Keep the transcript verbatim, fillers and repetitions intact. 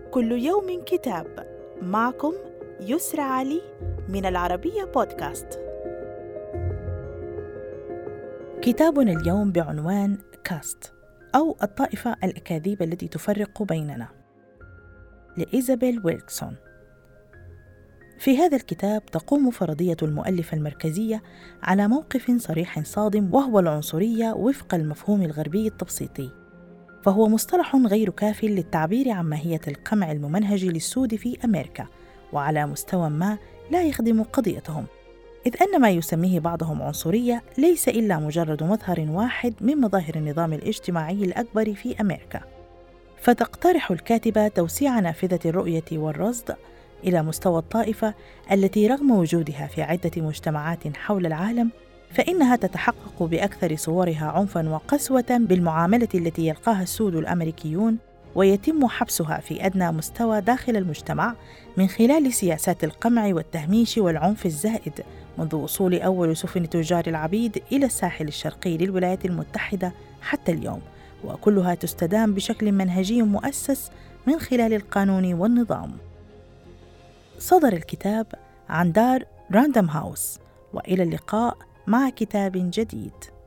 كل يوم كتاب. معكم يسرى علي من العربية بودكاست. كتابنا اليوم بعنوان كاست أو الطائفة الأكاذيب التي تفرق بيننا، لإيزابيل ويلكسون. في هذا الكتاب تقوم فرضية المؤلفة المركزية على موقف صريح صادم، وهو العنصرية وفق المفهوم الغربي التبسيطي، فهو مصطلح غير كاف للتعبير عن ماهية القمع الممنهج للسود في أمريكا، وعلى مستوى ما لا يخدم قضيتهم، إذ أن ما يسميه بعضهم عنصرية ليس إلا مجرد مظهر واحد من مظاهر النظام الاجتماعي الأكبر في أمريكا. فتقترح الكاتبة توسيع نافذة الرؤية والرصد إلى مستوى الطائفة التي رغم وجودها في عدة مجتمعات حول العالم، فإنها تتحقق بأكثر صورها عنفاً وقسوة بالمعاملة التي يلقاها السود الأمريكيون، ويتم حبسها في أدنى مستوى داخل المجتمع من خلال سياسات القمع والتهميش والعنف الزائد، منذ وصول أول سفن تجار العبيد إلى الساحل الشرقي للولايات المتحدة حتى اليوم، وكلها تستدام بشكل منهجي مؤسس من خلال القانون والنظام. صدر الكتاب عن دار راندم هاوس، وإلى اللقاء مع كتاب جديد.